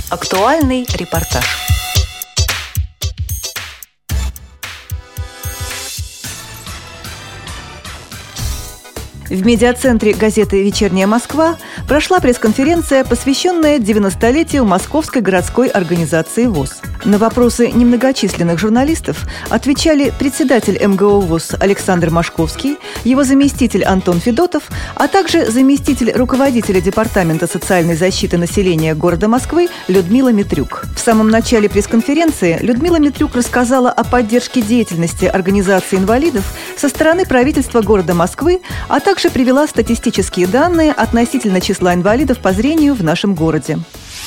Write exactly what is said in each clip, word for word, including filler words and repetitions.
Актуальный репортаж. В медиацентре газеты «Вечерняя Москва» прошла пресс-конференция, посвященная девяностолетию Московской городской организации ВОС. На вопросы немногочисленных журналистов отвечали председатель эм гэ о ВОС Александр Машковский, его заместитель Антон Федотов, а также заместитель руководителя Департамента социальной защиты населения города Москвы Людмила Митрюк. В самом начале пресс-конференции Людмила Митрюк рассказала о поддержке деятельности организации инвалидов со стороны правительства города Москвы, а также Также привела статистические данные относительно числа инвалидов по зрению в нашем городе.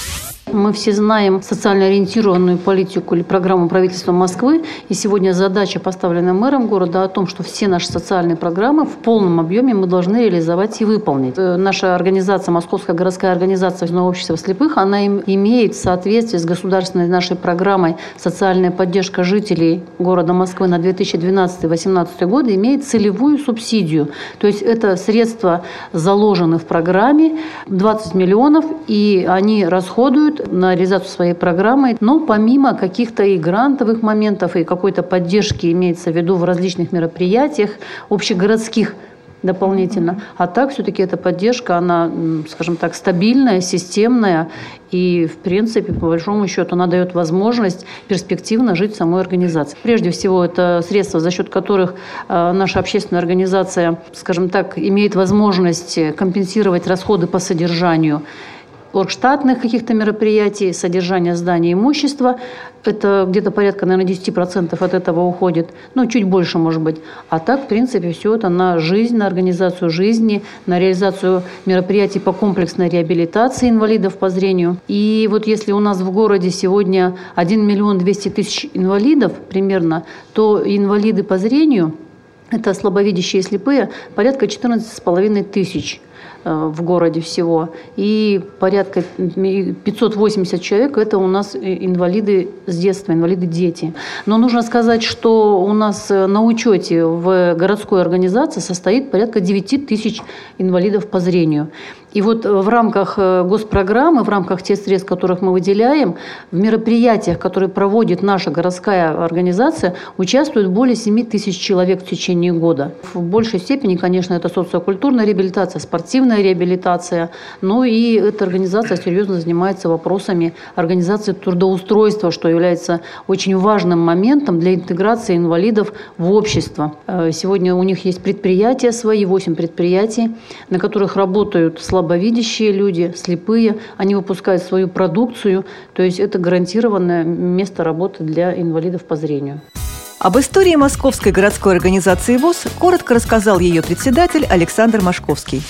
Мы все знаем социально ориентированную политику или программу правительства Москвы. И сегодня задача, поставленная мэром города, о том, что все наши социальные программы в полном объеме мы должны реализовать и выполнить. Наша организация, Московская городская организация общества слепых, она имеет в соответствии с государственной нашей программой «Социальная поддержка жителей города Москвы» на две тысячи двенадцатый — две тысячи восемнадцатый годы, имеет целевую субсидию. То есть это средства заложены в программе, двадцать миллионов, и они расходуют на реализацию своей программы. Но помимо каких-то и грантовых моментов, и какой-то поддержки имеется в виду в различных мероприятиях общегородских дополнительно. А так все-таки эта поддержка, она, скажем так, стабильная, системная. И, в принципе, по большому счету, она дает возможность перспективно жить в самой организации. Прежде всего, это средства, за счет которых э, наша общественная организация, скажем так, имеет возможность компенсировать расходы по содержанию оргштатных каких-то мероприятий, содержание здания, имущества. Это где-то порядка, наверное, десять процентов от этого уходит. Ну, чуть больше, может быть. А так, в принципе, все это на жизнь, на организацию жизни, на реализацию мероприятий по комплексной реабилитации инвалидов по зрению. И вот если у нас в городе сегодня один миллион двести тысяч инвалидов примерно, то инвалиды по зрению, это слабовидящие и слепые, порядка четырнадцать с половиной тысяч в городе всего. И порядка пятьсот восемьдесят человек – это у нас инвалиды с детства, инвалиды-дети. Но нужно сказать, что у нас на учете в городской организации состоит порядка девять тысяч инвалидов по зрению. И вот в рамках госпрограммы, в рамках тех средств, которых мы выделяем, в мероприятиях, которые проводит наша городская организация, участвуют более семь тысяч человек в течение года. В большей степени, конечно, это социокультурная реабилитация, спортивная реабилитация. Ну и эта организация серьезно занимается вопросами организации трудоустройства, что является очень важным моментом для интеграции инвалидов в общество. Сегодня у них есть предприятия свои, восемь предприятий, на которых работают слабовидящие, слабовидящие люди, слепые, они выпускают свою продукцию, то есть это гарантированное место работы для инвалидов по зрению. Об истории Московской городской организации ВОС коротко рассказал ее председатель Александр Машковский.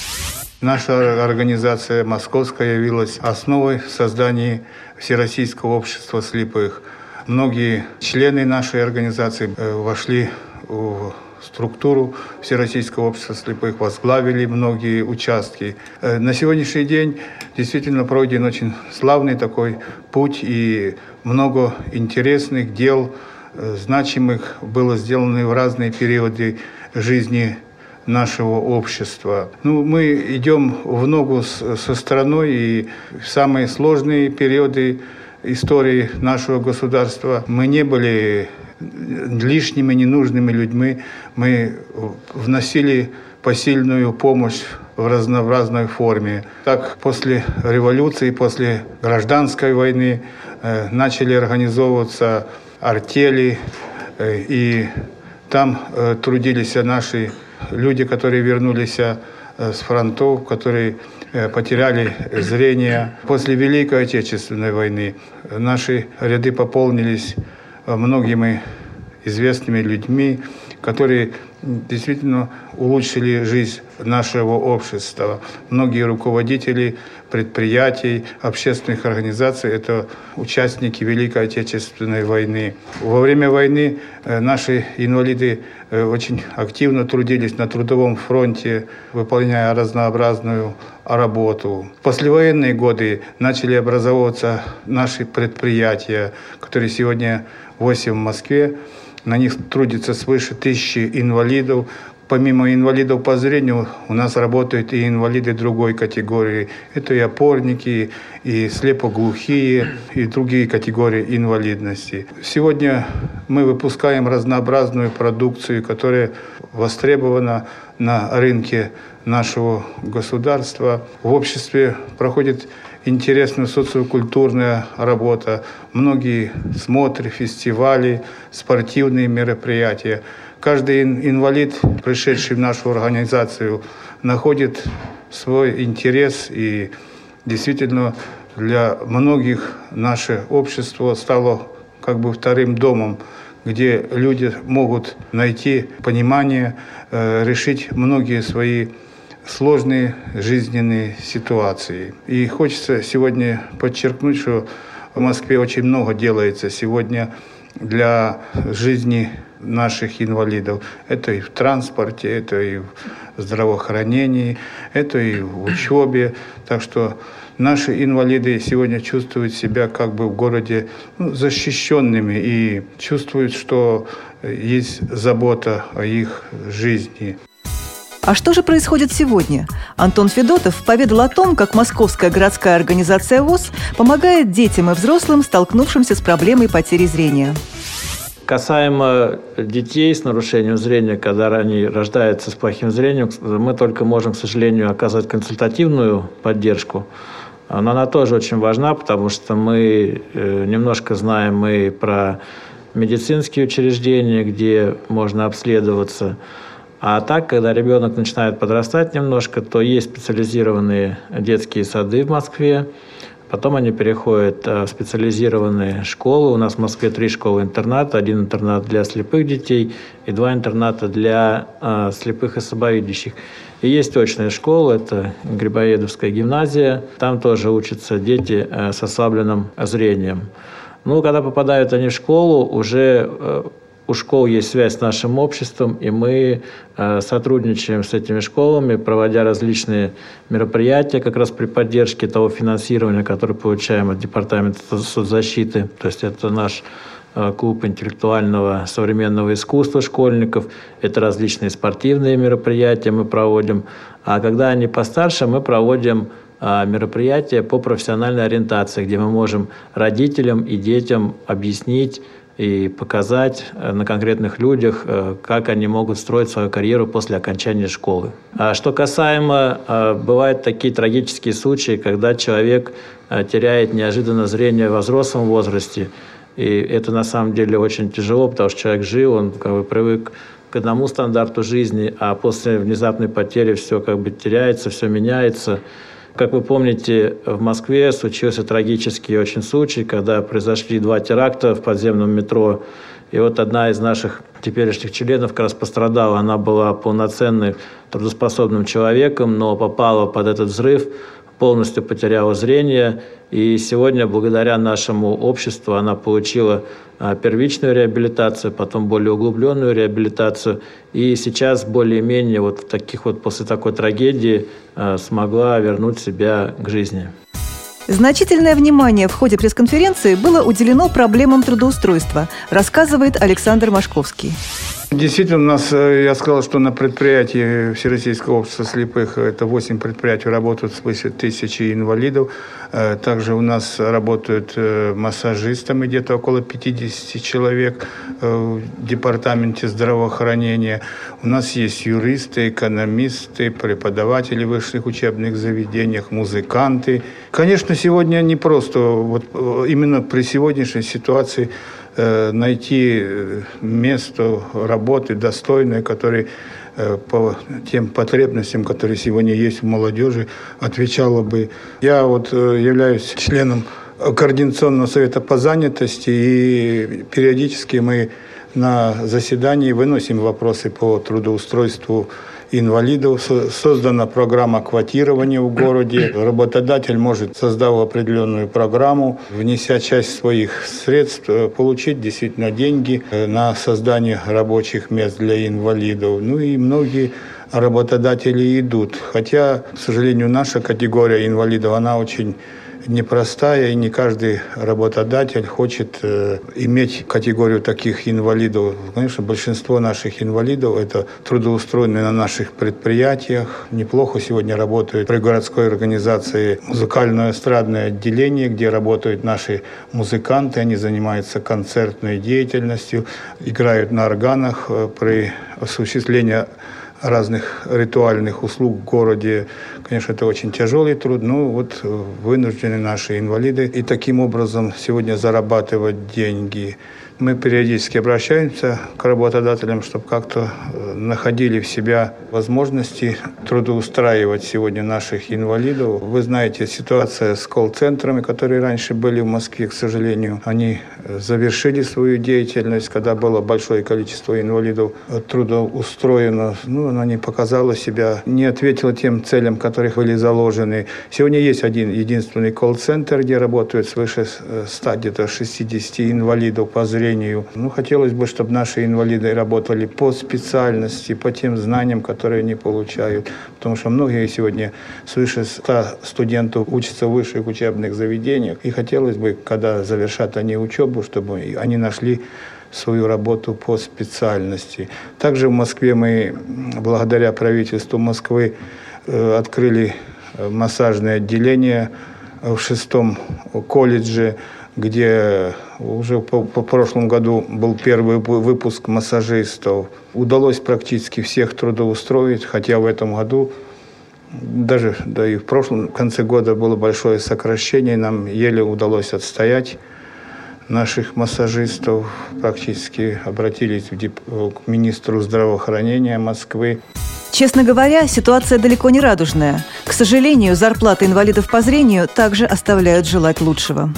Наша организация московская явилась основой в создании Всероссийского общества слепых. Многие члены нашей организации вошли в структуру Всероссийского общества слепых, возглавили многие участки. На сегодняшний день действительно пройден очень славный такой путь, и много интересных дел, значимых, было сделано в разные периоды жизни нашего общества. Ну, мы идем в ногу с, со страной, и в самые сложные периоды истории нашего государства мы не были лишними, ненужными людьми. Мы вносили посильную помощь в разнообразной форме. Так, после революции, после гражданской войны э, начали организовываться артели, э, и там э, трудились наши люди, которые вернулись э, с фронтов, которые э, потеряли зрение. После Великой Отечественной войны наши ряды пополнились многими известными людьми, которые действительно улучшили жизнь нашего общества. Многие руководители предприятий, общественных организаций – это участники Великой Отечественной войны. Во время войны наши инвалиды очень активно трудились на трудовом фронте, выполняя разнообразную работу. В послевоенные годы начали образовываться наши предприятия, которые сегодня восемь в Москве. На них трудится свыше тысячи инвалидов. помимо инвалидов по зрению, у нас работают и инвалиды другой категории. Это и опорники, и слепоглухие, и другие категории инвалидности. Сегодня мы выпускаем разнообразную продукцию, которая востребована на рынке нашего государства. В обществе проходит интересная социокультурная работа, многие смотры, фестивали, спортивные мероприятия. Каждый инвалид, пришедший в нашу организацию, находит свой интерес, и действительно для многих наше общество стало как бы вторым домом, где люди могут найти понимание, решить многие свои сложные жизненные ситуации. И хочется сегодня подчеркнуть, что в Москве очень много делается сегодня для жизни наших инвалидов. Это и в транспорте, это и в здравоохранении, это и в учебе. Так что наши инвалиды сегодня чувствуют себя как бы в городе ну, защищенными и чувствуют, что есть забота о их жизни. А что же происходит сегодня? Антон Федотов поведал о том, как Московская городская организация ВОС помогает детям и взрослым, столкнувшимся с проблемой потери зрения. Касаемо детей с нарушением зрения, когда они рождаются с плохим зрением, мы только можем, к сожалению, оказывать консультативную поддержку. Но она тоже очень важна, потому что мы немножко знаем и про медицинские учреждения, где можно обследоваться. А так, когда ребенок начинает подрастать немножко, то есть специализированные детские сады в Москве. Потом они переходят в специализированные школы. У нас в Москве три школы-интерната. Один интернат для слепых детей и два интерната для а, слепых и слабовидящих. И есть очная школа, это Грибоедовская гимназия. Там тоже учатся дети а, с ослабленным зрением. Ну, когда попадают они в школу, уже а, у школ есть связь с нашим обществом, и мы э, сотрудничаем с этими школами, проводя различные мероприятия как раз при поддержке того финансирования, которое получаем от Департамента соцзащиты. То есть это наш э, клуб интеллектуального современного искусства школьников, это различные спортивные мероприятия мы проводим. А когда они постарше, мы проводим э, мероприятия по профессиональной ориентации, где мы можем родителям и детям объяснить, и показать на конкретных людях, как они могут строить свою карьеру после окончания школы. А что касаемо, бывают такие трагические случаи, когда человек теряет неожиданно зрение во взрослом возрасте. И это на самом деле очень тяжело, потому что человек жил, он как бы привык к одному стандарту жизни, а после внезапной потери все как бы теряется, все меняется. Как вы помните, в Москве случился трагический очень случай, когда произошли два теракта в подземном метро. И вот одна из наших теперешних членов как раз пострадала. Она была полноценным трудоспособным человеком, но попала под этот взрыв, полностью потеряла зрение. И сегодня, благодаря нашему обществу, она получила первичную реабилитацию, потом более углубленную реабилитацию. И сейчас более-менее вот в таких вот, после такой трагедии смогла вернуть себя к жизни. Значительное внимание в ходе пресс-конференции было уделено проблемам трудоустройства, рассказывает Александр Машковский. Действительно, у нас, я сказал, что на предприятии Всероссийского общества слепых, это восемь предприятий, работают свыше тысячи инвалидов. Также у нас работают массажистами где-то около пятьдесят человек в департаменте здравоохранения. У нас есть юристы, экономисты, преподаватели в высших учебных заведениях, музыканты. Конечно, сегодня не просто, вот именно при сегодняшней ситуации, найти место работы достойное, которое по тем потребностям, которые сегодня есть в молодежи, отвечало бы. Я вот являюсь членом Координационного совета по занятости, и периодически мы на заседании выносим вопросы по трудоустройству инвалидов. Создана программа квотирования в городе. Работодатель может, создав определенную программу, внеся часть своих средств, получить действительно деньги на создание рабочих мест для инвалидов. Ну и многие работодатели идут. Хотя, к сожалению, наша категория инвалидов, она очень непростая, и не каждый работодатель хочет э, иметь категорию таких инвалидов. Конечно, большинство наших инвалидов – это трудоустроенные на наших предприятиях. Неплохо сегодня работают при городской организации музыкально-эстрадное отделение, где работают наши музыканты. Они занимаются концертной деятельностью, играют на органах при осуществлении разных ритуальных услуг в городе. Конечно, это очень тяжелый труд, но вот вынуждены наши инвалиды и таким образом сегодня зарабатывать деньги. Мы периодически обращаемся к работодателям, чтобы как-то находили в себя возможности трудоустраивать сегодня наших инвалидов. Вы знаете, ситуация с колл-центрами, которые раньше были в Москве, к сожалению, они завершили свою деятельность, когда было большое количество инвалидов трудоустроено. Ну, она не показала себя, не ответила тем целям, которые были заложены. Сегодня есть один единственный колл-центр, где работают свыше ста, где-то шестидесяти инвалидов по зрению. Ну, хотелось бы, чтобы наши инвалиды работали по специальности, по тем знаниям, которые они получают. Потому что многие сегодня свыше ста студентов учатся в высших учебных заведениях. И хотелось бы, когда завершат они учебу, чтобы они нашли свою работу по специальности. Также в Москве мы, благодаря правительству Москвы, открыли массажное отделение в шестом колледже, где уже по, по прошлому году был первый выпуск массажистов. Удалось практически всех трудоустроить, хотя в этом году, даже да и в прошлом в конце года было большое сокращение, нам еле удалось отстоять наших массажистов. Практически обратились в деп... к министру здравоохранения Москвы. Честно говоря, ситуация далеко не радужная. К сожалению, зарплаты инвалидов по зрению также оставляют желать лучшего.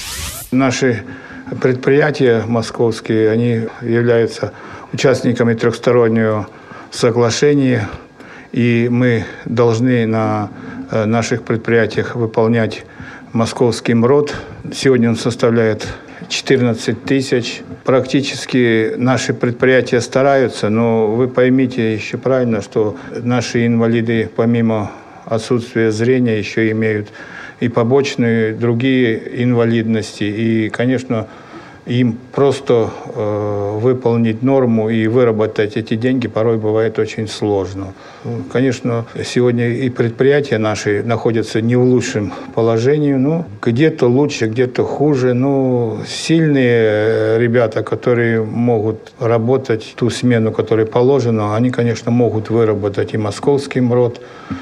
Наши предприятия московские, они являются участниками трехстороннего соглашения, и мы должны на наших предприятиях выполнять московский МРОТ. Сегодня он составляет четырнадцать тысяч. Практически наши предприятия стараются, но вы поймите еще правильно, что наши инвалиды, помимо отсутствия зрения, еще имеют и побочные другие инвалидности. И, конечно, им просто э, выполнить норму и выработать эти деньги порой бывает очень сложно. Конечно, сегодня и предприятия наши находятся не в лучшем положении, но где-то лучше, где-то хуже. Но сильные ребята, которые могут работать ту смену, которая положена, они, конечно, могут выработать и московский МРОТ,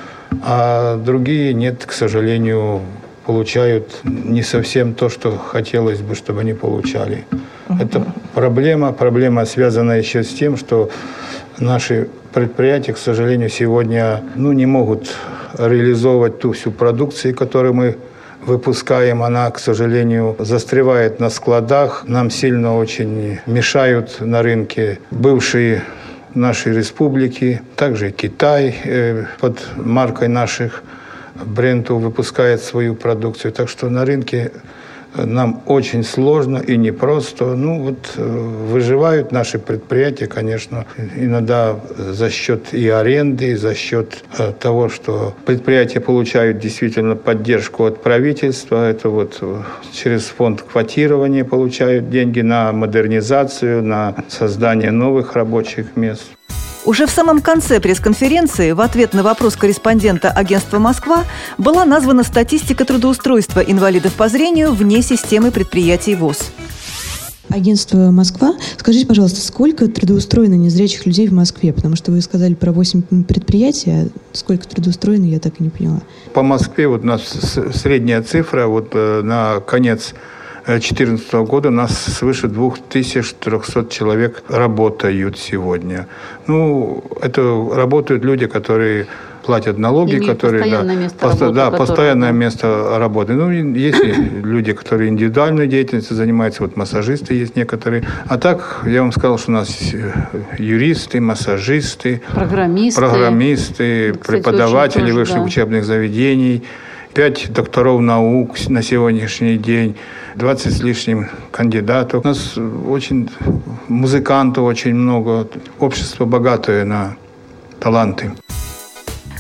а другие нет, к сожалению, получают не совсем то, что хотелось бы, чтобы они получали. Uh-huh. Это проблема, проблема, связанная еще с тем, что наши предприятия, к сожалению, сегодня ну, не могут реализовывать ту всю продукцию, которую мы выпускаем. Она, к сожалению, застревает на складах. Нам сильно очень мешают на рынке бывшие нашей республики, также Китай э, под маркой наших брендов выпускает свою продукцию. Так что на рынке нам очень сложно и непросто. Ну вот выживают наши предприятия, конечно, иногда за счет и аренды, и за счет того, что предприятия получают действительно поддержку от правительства. Это вот через фонд квотирования получают деньги на модернизацию, на создание новых рабочих мест. Уже в самом конце пресс-конференции в ответ на вопрос корреспондента агентства «Москва» была названа статистика трудоустройства инвалидов по зрению вне системы предприятий ВОС. Агентство «Москва». Скажите, пожалуйста, сколько трудоустроено незрячих людей в Москве? Потому что вы сказали про восемь предприятий, а сколько трудоустроено, я так и не поняла. По Москве вот у нас средняя цифра вот на конец две тысячи четырнадцатого года у нас свыше две тысячи триста человек работают сегодня. Ну, это работают люди, которые платят налоги, имеют которые... Постоянное да, место посто, работы. Да, которое, постоянное да. место работы. Ну, есть люди, которые индивидуальной деятельностью занимаются, вот массажисты есть некоторые. А так, я вам сказал, что у нас юристы, массажисты, программисты, программисты кстати, преподаватели тоже, высших да. учебных заведений, пять докторов наук на сегодняшний день, двадцать с лишним кандидатов. У нас очень музыкантов очень много. Общество богатое на таланты.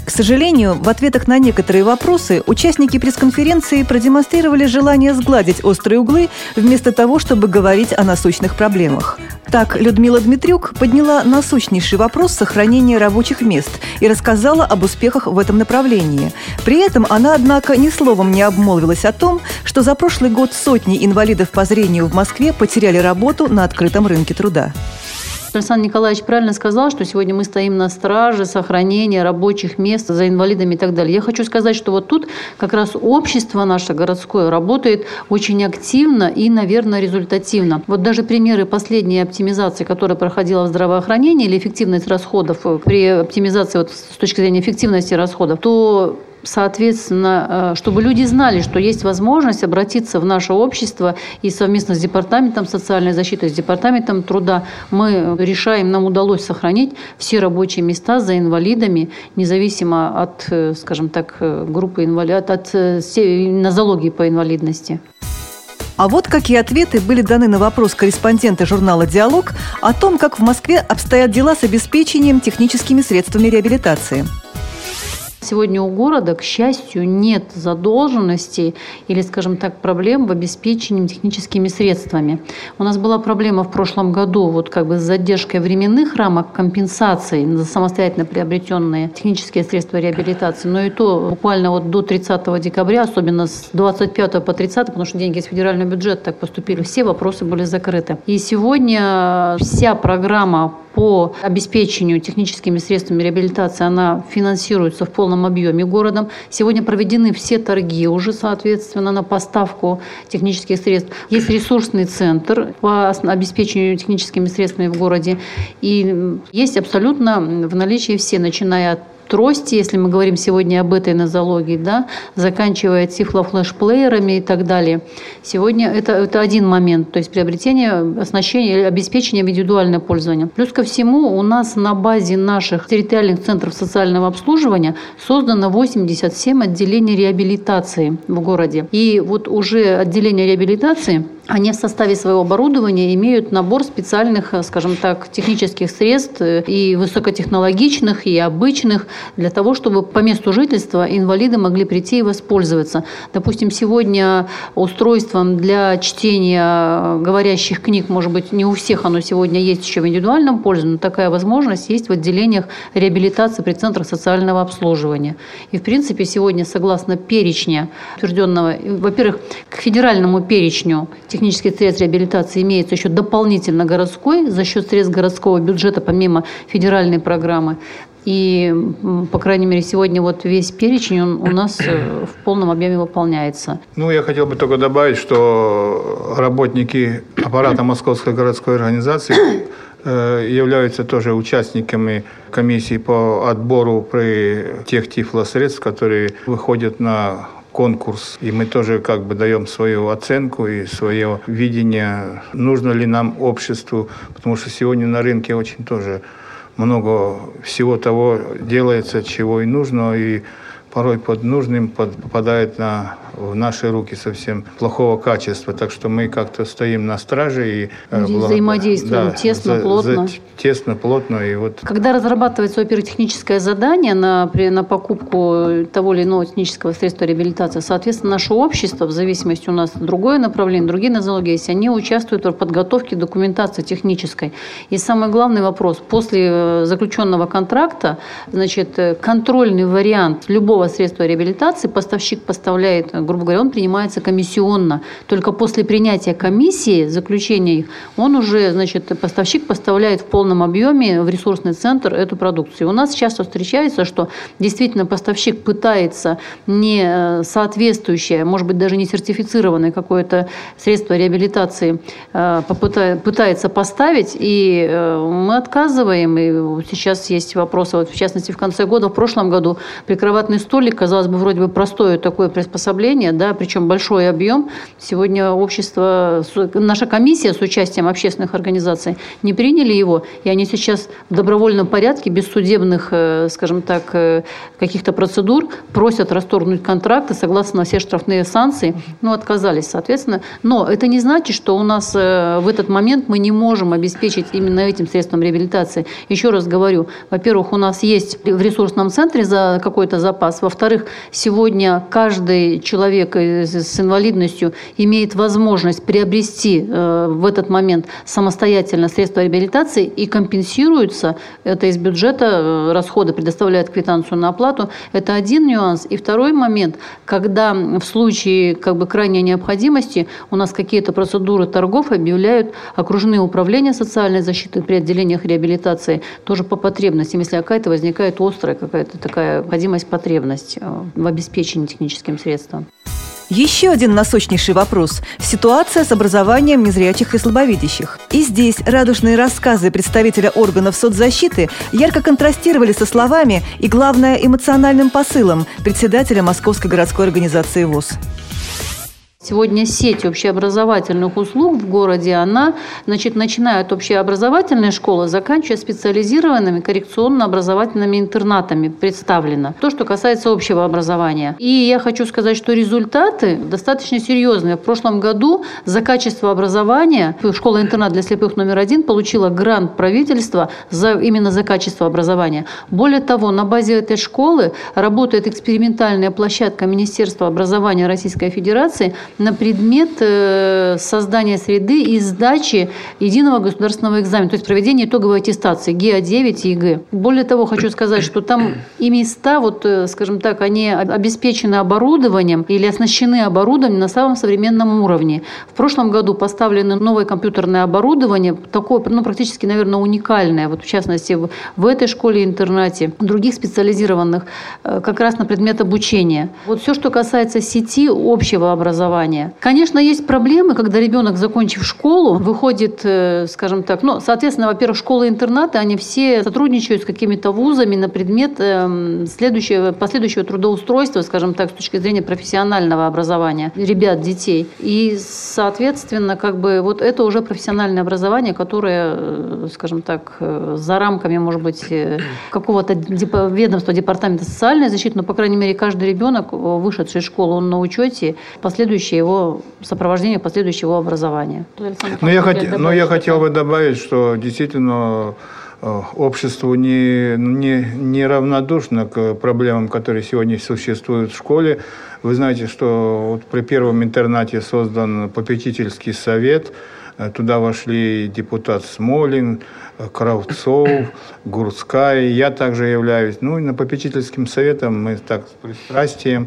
К сожалению, в ответах на некоторые вопросы участники пресс-конференции продемонстрировали желание сгладить острые углы вместо того, чтобы говорить о насущных проблемах. Так, Людмила Дмитрюк подняла насущнейший вопрос сохранения рабочих мест и рассказала об успехах в этом направлении. При этом она, однако, ни словом не обмолвилась о том, что за прошлый год сотни инвалидов по зрению в Москве потеряли работу на открытом рынке труда. Александр Николаевич правильно сказал, что сегодня мы стоим на страже сохранения рабочих мест за инвалидами и так далее. Я хочу сказать, что вот тут как раз общество наше городское работает очень активно и, наверное, результативно. Вот даже примеры последней оптимизации, которая проходила в здравоохранении, или эффективность расходов при оптимизации вот с точки зрения эффективности расходов, то соответственно, чтобы люди знали, что есть возможность обратиться в наше общество, и совместно с Департаментом социальной защиты, с Департаментом труда мы решаем, нам удалось сохранить все рабочие места за инвалидами, независимо от, скажем так, группы инвалидов, от, от нозологии по инвалидности. А вот какие ответы были даны на вопрос корреспондента журнала «Диалог» о том, как в Москве обстоят дела с обеспечением техническими средствами реабилитации. Сегодня у города, к счастью, нет задолженностей или, скажем так, проблем в обеспечении техническими средствами. У нас была проблема в прошлом году вот как бы с задержкой временных рамок компенсации за самостоятельно приобретенные технические средства реабилитации, но и то буквально вот до тридцатого декабря, особенно с двадцать пятого по тридцатое, потому что деньги из федерального бюджета так поступили, все вопросы были закрыты. И сегодня вся программа по обеспечению техническими средствами реабилитации, она финансируется в полном объеме городом. Сегодня проведены все торги уже, соответственно, на поставку технических средств. Есть ресурсный центр по обеспечению техническими средствами в городе. И есть абсолютно в наличии все, начиная от трости, если мы говорим сегодня об этой нозологии, да, заканчивая тифлофлеш-плеерами и так далее. Сегодня это, это один момент, то есть приобретение, оснащение, обеспечение индивидуального пользования. Плюс ко всему у нас на базе наших территориальных центров социального обслуживания создано восемьдесят семь отделений реабилитации в городе. И вот уже отделения реабилитации, они в составе своего оборудования имеют набор специальных, скажем так, технических средств и высокотехнологичных, и обычных, для того, чтобы по месту жительства инвалиды могли прийти и воспользоваться. Допустим, сегодня устройством для чтения говорящих книг, может быть, не у всех оно сегодня есть еще в индивидуальном пользовании, но такая возможность есть в отделениях реабилитации при центрах социального обслуживания. И, в принципе, сегодня, согласно перечня утвержденного, во-первых, к федеральному перечню технических средств реабилитации имеется еще дополнительно городской за счет средств городского бюджета, помимо федеральной программы. И, по крайней мере, сегодня вот весь перечень он у нас в полном объеме выполняется. Ну, я хотел бы только добавить, что работники аппарата Московской городской организации являются тоже участниками комиссии по отбору при тех тифлосредств, которые выходят на конкурс. И мы тоже как бы даем свою оценку и свое видение, нужно ли нам обществу, потому что сегодня на рынке очень тоже много всего того делается, чего и нужно, и порой под нужным попадает на, в наши руки совсем плохого качества. Так что мы как-то стоим на страже и взаимодействуем, да, тесно, за, плотно. За, тесно, плотно. И вот... Когда разрабатывается оператехническое задание на, на покупку того или иного технического средства реабилитации, соответственно, наше общество, в зависимости у нас другое направление, другие нозологии есть, они участвуют в подготовке документации технической. И самый главный вопрос, после заключенного контракта, значит, контрольный вариант любого средства реабилитации поставщик поставляет, грубо говоря, он принимается комиссионно. Только после принятия комиссии, заключения их, он уже, значит, поставщик поставляет в полном объеме в ресурсный центр эту продукцию. У нас часто встречается, что действительно поставщик пытается не соответствующее, может быть, даже не сертифицированное какое-то средство реабилитации пытается поставить, и мы отказываем. И сейчас есть вопросы, вот в частности, в конце года, в прошлом году прикроватный стол столик, казалось бы, вроде бы простое такое приспособление, да, причем большой объем. Сегодня общество, наша комиссия с участием общественных организаций не приняли его, и они сейчас в добровольном порядке, без судебных, скажем так, каких-то процедур просят расторгнуть контракты, согласно на все штрафные санкции, ну, отказались, соответственно. Но это не значит, что у нас в этот момент мы не можем обеспечить именно этим средством реабилитации. Еще раз говорю, во-первых, у нас есть в ресурсном центре за какой-то запас. Во-вторых, сегодня каждый человек с инвалидностью имеет возможность приобрести в этот момент самостоятельно средства реабилитации и компенсируется это из бюджета, расходы предоставляют квитанцию на оплату. Это один нюанс. И второй момент, когда в случае как бы крайней необходимости у нас какие-то процедуры торгов объявляют окружные управления социальной защиты при отделениях реабилитации тоже по потребностям, если какая-то возникает острая какая-то такая необходимость, потребность в обеспечении техническим средством. Еще один насущнейший вопрос – ситуация с образованием незрячих и слабовидящих. И здесь радужные рассказы представителя органов соцзащиты ярко контрастировали со словами и, главное, эмоциональным посылом председателя Московской городской организации ВОС. Сегодня сеть общеобразовательных услуг в городе, она, значит, начиная от общеобразовательной школы, заканчивая специализированными коррекционно-образовательными интернатами представлена. То, что касается общего образования. И я хочу сказать, что результаты достаточно серьезные. В прошлом году за качество образования школа-интернат для слепых номер один получила грант правительства за, именно за качество образования. Более того, на базе этой школы работает экспериментальная площадка Министерства образования Российской Федерации на предмет создания среды и сдачи единого государственного экзамена, то есть проведения итоговой аттестации ГИА девять и ЕГЭ. Более того, хочу сказать, что там и места, вот, скажем так, они обеспечены оборудованием или оснащены оборудованием на самом современном уровне. В прошлом году поставлено новое компьютерное оборудование, такое, ну, практически, наверное, уникальное, вот, в частности, в, в этой школе-интернате, в других специализированных, как раз на предмет обучения. Вот все, что касается сети общего образования. Конечно, есть проблемы, когда ребенок, закончив школу, выходит, скажем так, ну, соответственно, во-первых, школы-интернаты, они все сотрудничают с какими-то вузами на предмет следующего, последующего трудоустройства, скажем так, с точки зрения профессионального образования ребят, детей. И, соответственно, как бы вот это уже профессиональное образование, которое, скажем так, за рамками, может быть, какого-то ведомства, департамента социальной защиты, но, по крайней мере, каждый ребенок, вышедший из школы, он на учете, последующее его сопровождение, последующее его образование. Но я, хот... Но я хотел бы добавить, что действительно обществу не, не, не равнодушно к проблемам, которые сегодня существуют в школе. Вы знаете, что вот при первом интернате создан попечительский совет. Туда вошли депутат Смолин, Кравцов, Гурцкая. Я также являюсь. Ну и на попечительским советом мы так с пристрастием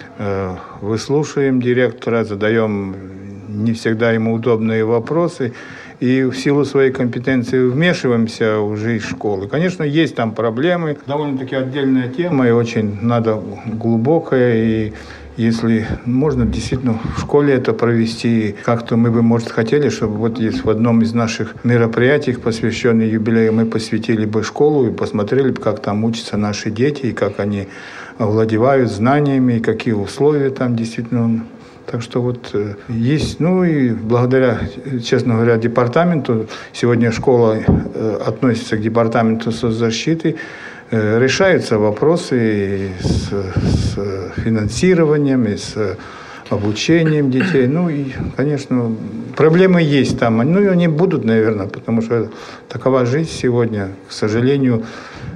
выслушаем директора, задаем не всегда ему удобные вопросы и в силу своей компетенции вмешиваемся в жизнь школы. Конечно, есть там проблемы, довольно-таки отдельная тема и очень надо глубокая, и если можно, действительно, в школе это провести, как-то мы бы, может, хотели, чтобы вот есть в одном из наших мероприятий, посвященных юбилею, мы посвятили бы школу и посмотрели бы, как там учатся наши дети, и как они овладевают знаниями, и какие условия там действительно. Так что вот есть, ну и благодаря, честно говоря, департаменту, сегодня школа относится к департаменту соцзащиты, решаются вопросы с, с финансированием, и с обучением детей. Ну и, конечно, проблемы есть там. Ну и они будут, наверное, потому что такова жизнь сегодня. К сожалению,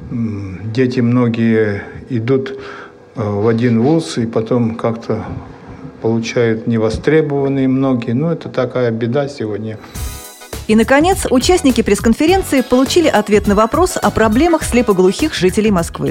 дети многие идут в один вуз и потом как-то получают невостребованные многие. Ну, это такая беда сегодня. И, наконец, участники пресс-конференции получили ответ на вопрос о проблемах слепоглухих жителей Москвы.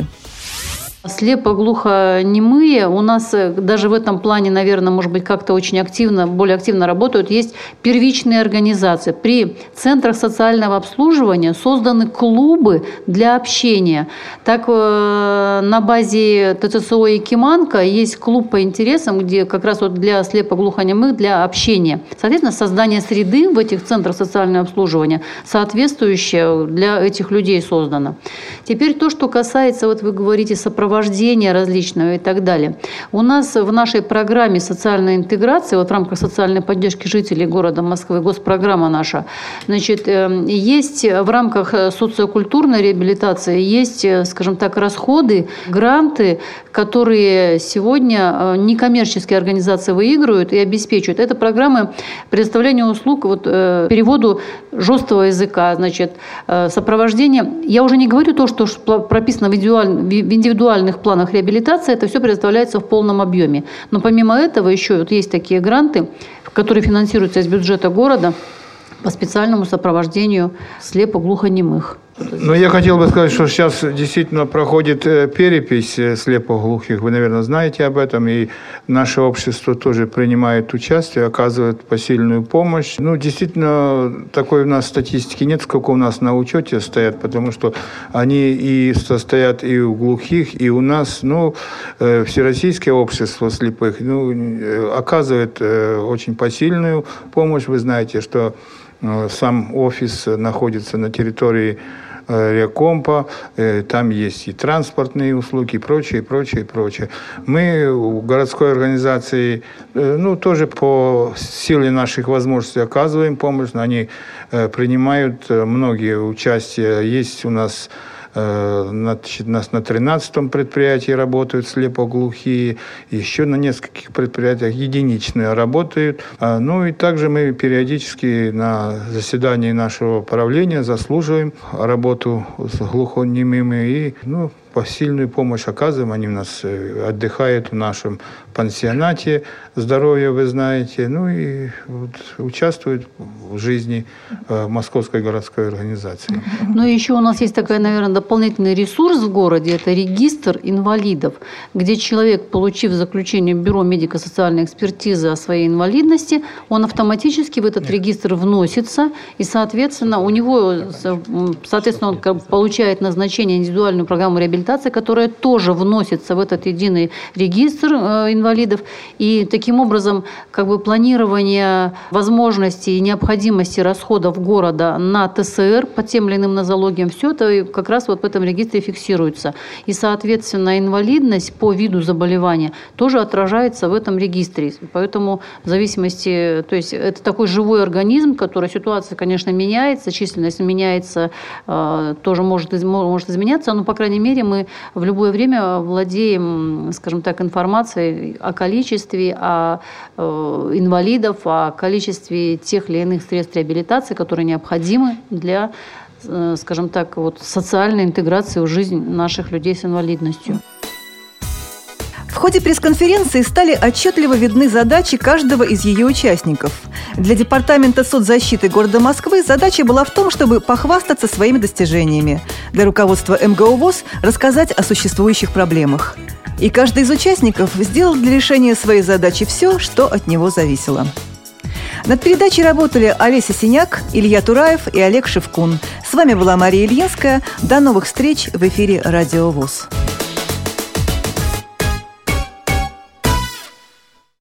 Слепо-глухонемые у нас даже в этом плане, наверное, может быть, как-то очень активно, более активно работают. Есть первичные организации. При центрах социального обслуживания созданы клубы для общения. Так, на базе ТЦСО «Якиманка» есть клуб по интересам, где как раз вот для слепо-глухонемых, для общения. Соответственно, создание среды в этих центрах социального обслуживания соответствующее для этих людей создано. Теперь то, что касается, вот вы говорите, сопровождения сопровождения различного и так далее. У нас в нашей программе социальной интеграции, вот в рамках социальной поддержки жителей города Москвы, госпрограмма наша, значит, есть в рамках социокультурной реабилитации, есть, скажем так, расходы, гранты, которые сегодня некоммерческие организации выигрывают и обеспечивают. Это программы предоставления услуг вот, переводу жесткого языка, значит, сопровождение. Я уже не говорю то, что прописано в индивидуальных планах реабилитации, это все предоставляется в полном объеме. Но помимо этого еще вот есть такие гранты, которые финансируются из бюджета города по специальному сопровождению слепо-глухонемых. Ну, я хотел бы сказать, что сейчас действительно проходит перепись слепоглухих. Вы, наверное, знаете об этом. И наше общество тоже принимает участие, оказывает посильную помощь. Ну, действительно, такой у нас статистики нет, сколько у нас на учете стоят, потому что они и состоят и у глухих, и у нас. Ну, Всероссийское общество слепых ну, оказывает очень посильную помощь. Вы знаете, что сам офис находится на территории Рекомпа, там есть и транспортные услуги, и прочее, и прочее, и прочее. Мы у городской организации, ну, тоже по силе наших возможностей оказываем помощь, но они принимают многие участия. Есть у нас Значит, у нас на тринадцатом предприятии работают слепоглухие, еще на нескольких предприятиях единичные работают. Ну и также мы периодически на заседании нашего правления заслуживаем работу с глухонемыми и ну, посильную помощь оказываем. Они у нас отдыхают в нашем пансионате здоровья, вы знаете, ну и вот, участвуют в жизни Московской городской организации. Ну и еще у нас есть такой, наверное, дополнительный ресурс в городе, это регистр инвалидов, где человек, получив заключение Бюро медико-социальной экспертизы о своей инвалидности, он автоматически в этот регистр вносится, и, соответственно, у него, соответственно, он получает назначение индивидуальную программу реабилитации, которая тоже вносится в этот единый регистр инвалидов. И таким образом, как бы планирование возможностей и необходимости расходов города на ТСР по тем или иным нозологиям, все это как раз вот в этом регистре фиксируется. И, соответственно, инвалидность по виду заболевания тоже отражается в этом регистре. Поэтому в зависимости, то есть это такой живой организм, который ситуация, конечно, меняется, численность меняется, тоже может, может изменяться, но, по крайней мере, мы в любое время владеем, скажем так, информацией о количестве, о инвалидов, о количестве тех или иных средств реабилитации, которые необходимы для, скажем так, вот, социальной интеграции в жизнь наших людей с инвалидностью. В ходе пресс-конференции стали отчетливо видны задачи каждого из ее участников. Для Департамента соцзащиты города Москвы задача была в том, чтобы похвастаться своими достижениями. Для руководства эм гэ о ВОС рассказать о существующих проблемах. И каждый из участников сделал для решения своей задачи все, что от него зависело. Над передачей работали Олеся Синяк, Илья Тураев и Олег Шевкун. С вами была Мария Ильинская. До новых встреч в эфире Радио ВОС.